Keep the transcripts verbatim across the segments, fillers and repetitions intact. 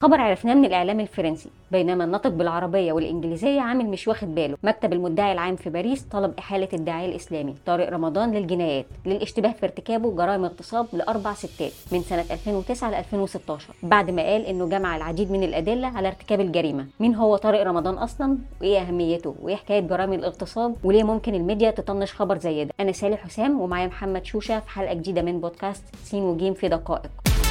الخبر عرفناه من الاعلام الفرنسي، بينما الناطق بالعربيه والانجليزيه عامل مش واخد باله. مكتب المدعي العام في باريس طلب احاله الداعيه الاسلامي طارق رمضان للجنايات للاشتباه في ارتكابه جرائم اغتصاب لاربع ستات من سنه ألفين وتسعة ل ألفين وستاشر، بعد ما قال انه جمع العديد من الادله على ارتكاب الجريمه. مين هو طارق رمضان اصلا، وايه اهميته، وايه حكايه جرائم الاغتصاب، وليه ممكن الميديا تطنش خبر زي ده؟ انا سالي حسام ومعايا محمد شوشه في حلقه جديده من بودكاست سين وجيم في دقائق.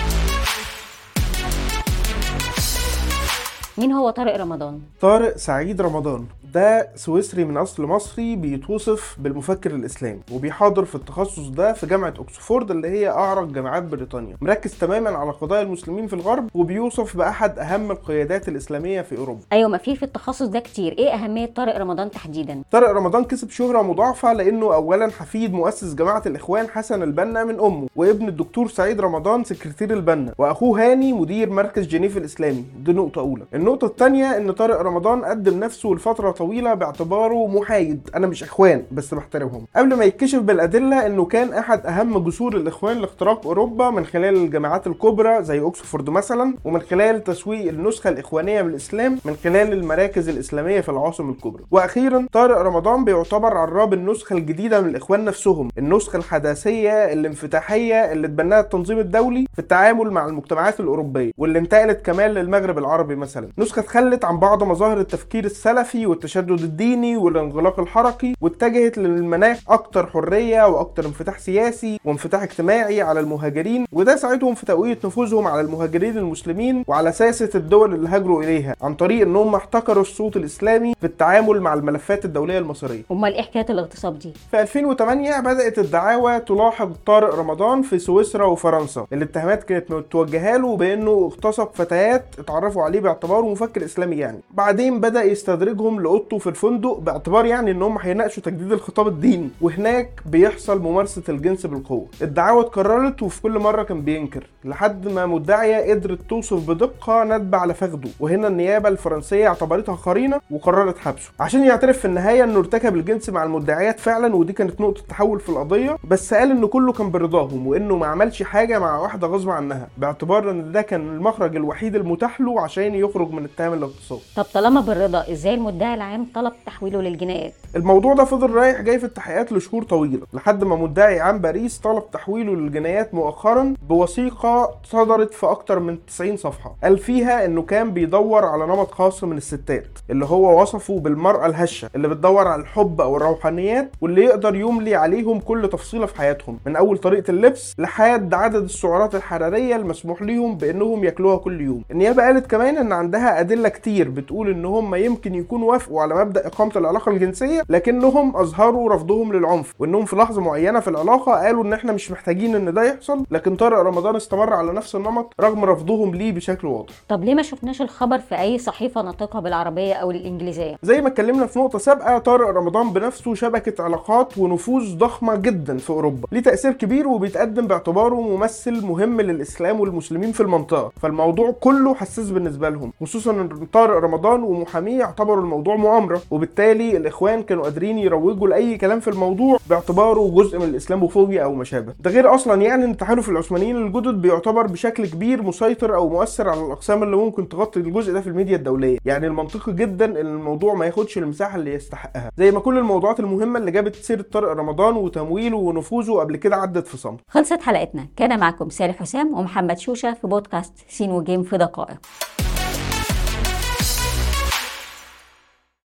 مين هو طارق رمضان؟ طارق سعيد رمضان ده سويسري من أصل مصري، بيتوصف بالمفكر الإسلامي وبيحاضر في التخصص ده في جامعة أكسفورد اللي هي أعرق جامعات بريطانيا. مركز تماما على قضايا المسلمين في الغرب، وبيوصف بأحد أهم القيادات الإسلامية في أوروبا. أيوة، ما في في التخصص ده كتير. إيه أهمية طارق رمضان تحديدا؟ طارق رمضان كسب شهرة مضاعفة لأنه أولا حفيد مؤسس جماعة الإخوان حسن البنا من أمه، وابن الدكتور سعيد رمضان سكرتير البنا، وأخوه هاني مدير مركز جنيف الإسلامي. دي نقطة أولى. النقطة الثانية إن طارق رمضان قدم نفسه لفترة طويلة باعتباره محايد، انا مش اخوان بس بحترمهم، قبل ما يتكشف بالادله انه كان احد اهم جسور الاخوان لاختراق اوروبا من خلال الجامعات الكبرى زي اوكسفورد مثلا، ومن خلال تسويق النسخه الاخوانيه من الاسلام من خلال المراكز الاسلاميه في العواصم الكبرى. واخيرا طارق رمضان بيعتبر عراب النسخه الجديده من الاخوان نفسهم، النسخه الحداثيه الانفتاحيه اللي اتبناها التنظيم الدولي في التعامل مع المجتمعات الاوروبيه، واللي انتقلت كمان للمغرب العربي مثلا. نسخه تخلت عن بعض مظاهر التفكير السلفي والتشدد الديني والانغلاق الحركي، واتجهت للمناخ اكتر حريه واكتر انفتاح سياسي وانفتاح اجتماعي على المهاجرين، وده ساعدهم في تقويه نفوذهم على المهاجرين المسلمين وعلى ساسه الدول اللي هاجروا اليها، عن طريق انهم احتكروا الصوت الاسلامي في التعامل مع الملفات الدوليه المصيريه. امال ايه حكايه الاغتصاب دي؟ في ألفين وثمانية بدات الدعاوى تلاحق طارق رمضان في سويسرا وفرنسا. الاتهامات كانت متوجهه له بانه اغتصب فتيات اتعرفوا عليه باعتباره مفكر اسلامي يعني. بعدين بدا يستدرجهم لاوضته في الفندق باعتبار يعني انهم هيناقشوا تجديد الخطاب الديني، وهناك بيحصل ممارسه الجنس بالقوه. الدعاوى اتكررت وفي كل مره كان بينكر، لحد ما مدعيه قدرت توصف بدقه ندبه على فخده، وهنا النيابه الفرنسيه اعتبرتها قرينه وقررت حبسه عشان يعترف في النهايه انه ارتكب الجنس مع المدعيات فعلا، ودي كانت نقطه تحول في القضيه. بس قال انه كله كان برضاهم، وانه ما عملش حاجه مع واحده غصب عنها، باعتبار ان ده كان المخرج الوحيد المتاح له عشان يخرج من اتهام الاغتصاب. طب طالما بالرضا، ازاي المدعي العام طلب تحويله للجنايات؟ الموضوع ده فضل رايح جاي في التحقيقات لشهور طويله، لحد ما مدعي عام باريس طلب تحويله للجنايات مؤخرا بوثيقه صدرت في اكتر من تسعين صفحه، قال فيها انه كان بيدور على نمط خاص من الستات اللي هو وصفه بالمراه الهشه، اللي بتدور على الحب او الروحانيات، واللي يقدر يملي عليهم كل تفصيله في حياتهم، من اول طريقه اللبس لحد عدد السعرات الحراريه المسموح لهم بانهم ياكلوها كل يوم. النيابه قالت كمان ان عندها ادله كتير بتقول ان هم يمكن يكونوا وافقوا على مبدا اقامه العلاقه الجنسيه، لكنهم اظهروا رفضهم للعنف، وانهم في لحظه معينه في العلاقه قالوا ان احنا مش محتاجين ان ده يحصل، لكن طارق رمضان استمر على نفس النمط رغم رفضهم ليه بشكل واضح. طب ليه ما شفناش الخبر في اي صحيفه ناطقه بالعربيه او الانجليزيه؟ زي ما اتكلمنا في نقطه سابقه، طارق رمضان بنفسه شبكه علاقات ونفوذ ضخمه جدا في اوروبا، ليه تاثير كبير، وبيتقدم باعتباره ممثل مهم للاسلام والمسلمين في المنطقه، فالموضوع كله حساس بالنسبه لهم، خصوصا ان طارق رمضان ومحاميه اعتبروا الموضوع مؤامره، وبالتالي الاخوان كانوا قادرين يروجوا لاي كلام في الموضوع باعتباره جزء من الاسلاموفوبيا او ما شابه. ده غير اصلا يعني ان تحالف العثمانيين الجدد بيعتبر بشكل كبير مسيطر او مؤثر على الاقسام اللي ممكن تغطي الجزء ده في الميديا الدوليه، يعني المنطقي جدا ان الموضوع ما ياخدش المساحه اللي يستحقها، زي ما كل الموضوعات المهمه اللي جابت سيره طارق رمضان وتمويله ونفوذه قبل كده عدت في صمت. خلصت حلقتنا، كان معكم سالي حسام ومحمد شوشه في بودكاست سين وجيم في دقائق.